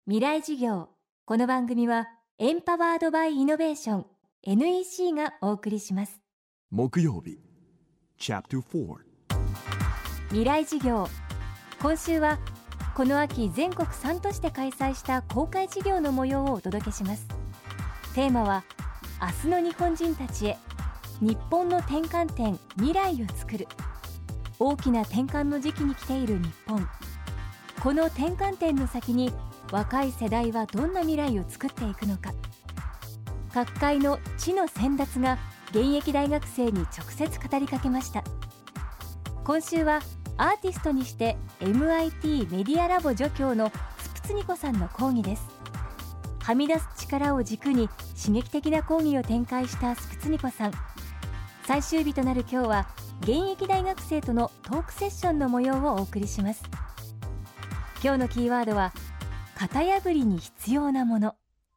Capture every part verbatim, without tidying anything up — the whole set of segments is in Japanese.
未来事業。この番組はエンパワードバイイノベーション エヌイーシー がお送りします。 木曜日チャプターフォー未来事業。今週はこの秋全国さん都市で開催した公開事業の模様をお届けします。テーマは明日の日本人たちへ、日本の転換点、未来を作る。大きな転換の時期に来ている日本。この転換点の先に若い世代はどんな未来を作っていくのか。各界の知の先達が現役大学生に直接語りかけました。今週はアーティストにして エムアイティー メディアラボ助教のスプツニコさんの講義です。はみ出す力を軸に刺激的な講義を展開したスプツニコさん。最終日となる今日は現役大学生とのトークセッションの模様をお送りします。今日のキーワードは型破りに必要なもの。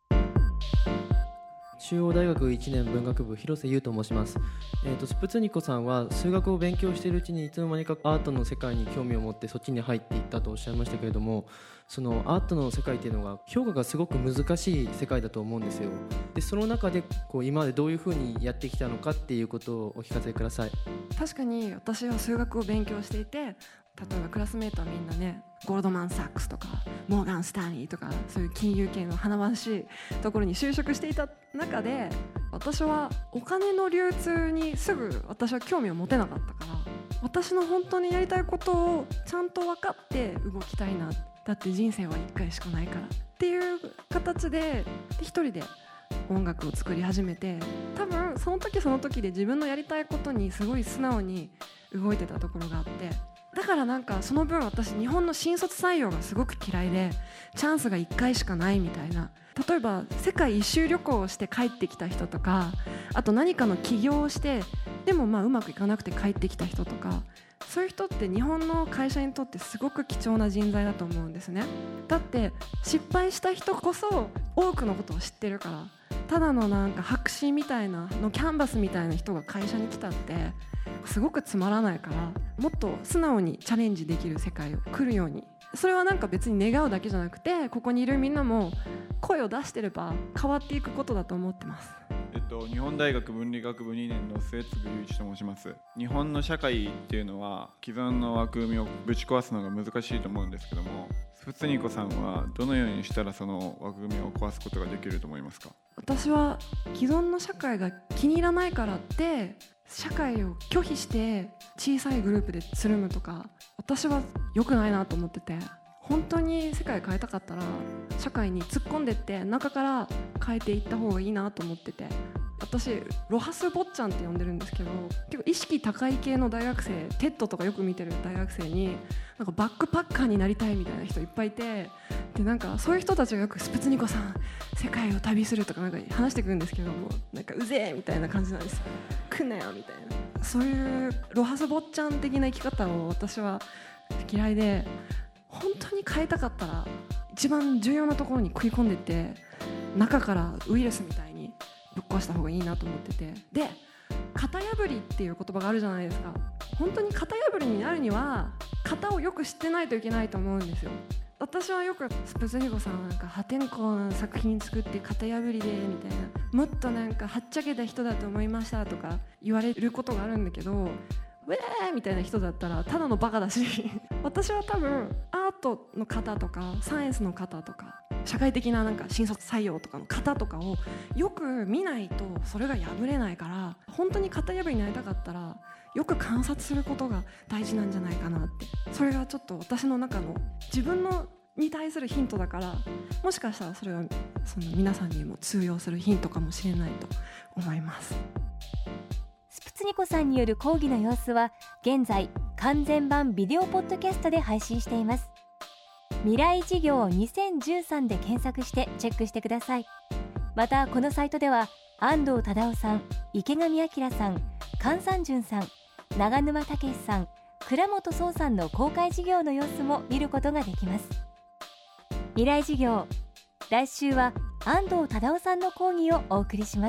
中央大学いちねん文学部広瀬優と申します。えーと、スプツニコさんは数学を勉強しているうちにいつの間にかアートの世界に興味を持ってそっちに入っていったとおっしゃいましたけれども、そのアートの世界っていうのが評価がすごく難しい世界だと思うんですよ。でその中でこう今までどういうふうにやってきたのかっていうことをお聞かせください。 確かに私は数学を勉強していて、例えばクラスメートはみんなね、ゴールドマン・サックスとかモーガン・スターニーとかそういう金融系の華々しいところに就職していた中で、私はお金の流通にすぐ私は興味を持てなかったから、私の本当にやりたいことをちゃんと分かって動きたいな、だって人生はいっかいしかないからっていう形で一人で音楽を作り始めて、多分その時その時で自分のやりたいことにすごい素直に動いてたところがあって、だからなんかその分私日本の新卒採用がすごく嫌いで、チャンスがいっかいしかないみたいな、例えば世界一周旅行をして帰ってきた人とか、あと何かの起業をしてでもまあうまくいかなくて帰ってきた人とか、そういう人って日本の会社にとってすごく貴重な人材だと思うんですね。だって失敗した人こそ多くのことを知ってるから、ただのなんか白紙みたいなのキャンバスみたいな人が会社に来たってすごくつまらないから、もっと素直にチャレンジできる世界を来るように、それはなんか別に願うだけじゃなくて、ここにいるみんなも声を出してれば変わっていくことだと思ってます。 えっと、日本大学文理学部にねんの末次雄一と申します。日本の社会っていうのは既存の枠組みをぶち壊すのが難しいと思うんですけども、スプツニコさんはどのようにしたらその枠組みを壊すことができると思いますか？ 私は既存の社会が気に入らないからって社会を拒否して小さいグループでつるむとか、私は良くないなと思ってて、本当に世界変えたかったら社会に突っ込んでって中から変えていった方がいいなと思ってて、私ロハス坊ちゃんって呼んでるんですけど、結構意識高い系の大学生、テッドとかよく見てる大学生になんかバックパッカーになりたいみたいな人いっぱいいて、でなんかそういう人たちがよくスプツニコさん世界を旅するとかなんか話してくるんですけども、なんかうぜえみたいな感じなんですよ。来んなよみたいな、そういうロハス坊ちゃん的な生き方を私は嫌いで、本当に変えたかったら一番重要なところに食い込んでって中からウイルスみたいにぶっ壊した方がいいなと思ってて、で型破りっていう言葉があるじゃないですか。本当に型破りになるには型をよく知ってないといけないと思うんですよ。私はよくスプツニコさんはなんか破天荒な作品作って型破りでみたいな、もっとなんかはっちゃけた人だと思いましたとか言われることがあるんだけど、ウェーみたいな人だったらただのバカだし私は多分アートの方とかサイエンスの方とか社会的ななんか新卒採用とかの方とかをよく見ないとそれが破れないから、本当に型破りになりたかったらよく観察することが大事なんじゃないかなって、それがちょっと私の中の自分のに対するヒントだから、もしかしたらそれはその皆さんにも通用するヒントかもしれないと思います。 スプツニコさんによる講義の様子は現在完全版ビデオポッドキャストで配信しています。未来事業にせんじゅうさんで検索してチェックしてください。またこのサイトでは安藤忠雄さん、池上彰さん、菅三淳さん、長沼武さん、倉本壮さんの公開事業の様子も見ることができます。未来事業、来週は安藤忠雄さんの講義をお送りします。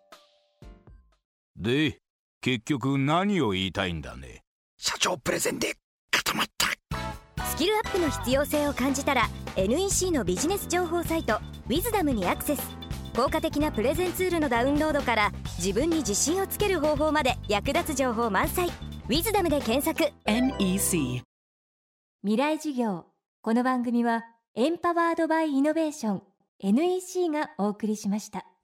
で、結局何を言いたいんだね。 社長プレゼンで固まった。 スキルアップの必要性を感じたらエヌイーシー のビジネス情報サイトウィズダムにアクセス。効果的なプレゼンツールのダウンロードから自分に自信をつける方法まで役立つ情報満載。ウィズダムで検索。 エヌイーシー未来事業。この番組はエンパワードバイイノベーション エヌイーシー がお送りしました。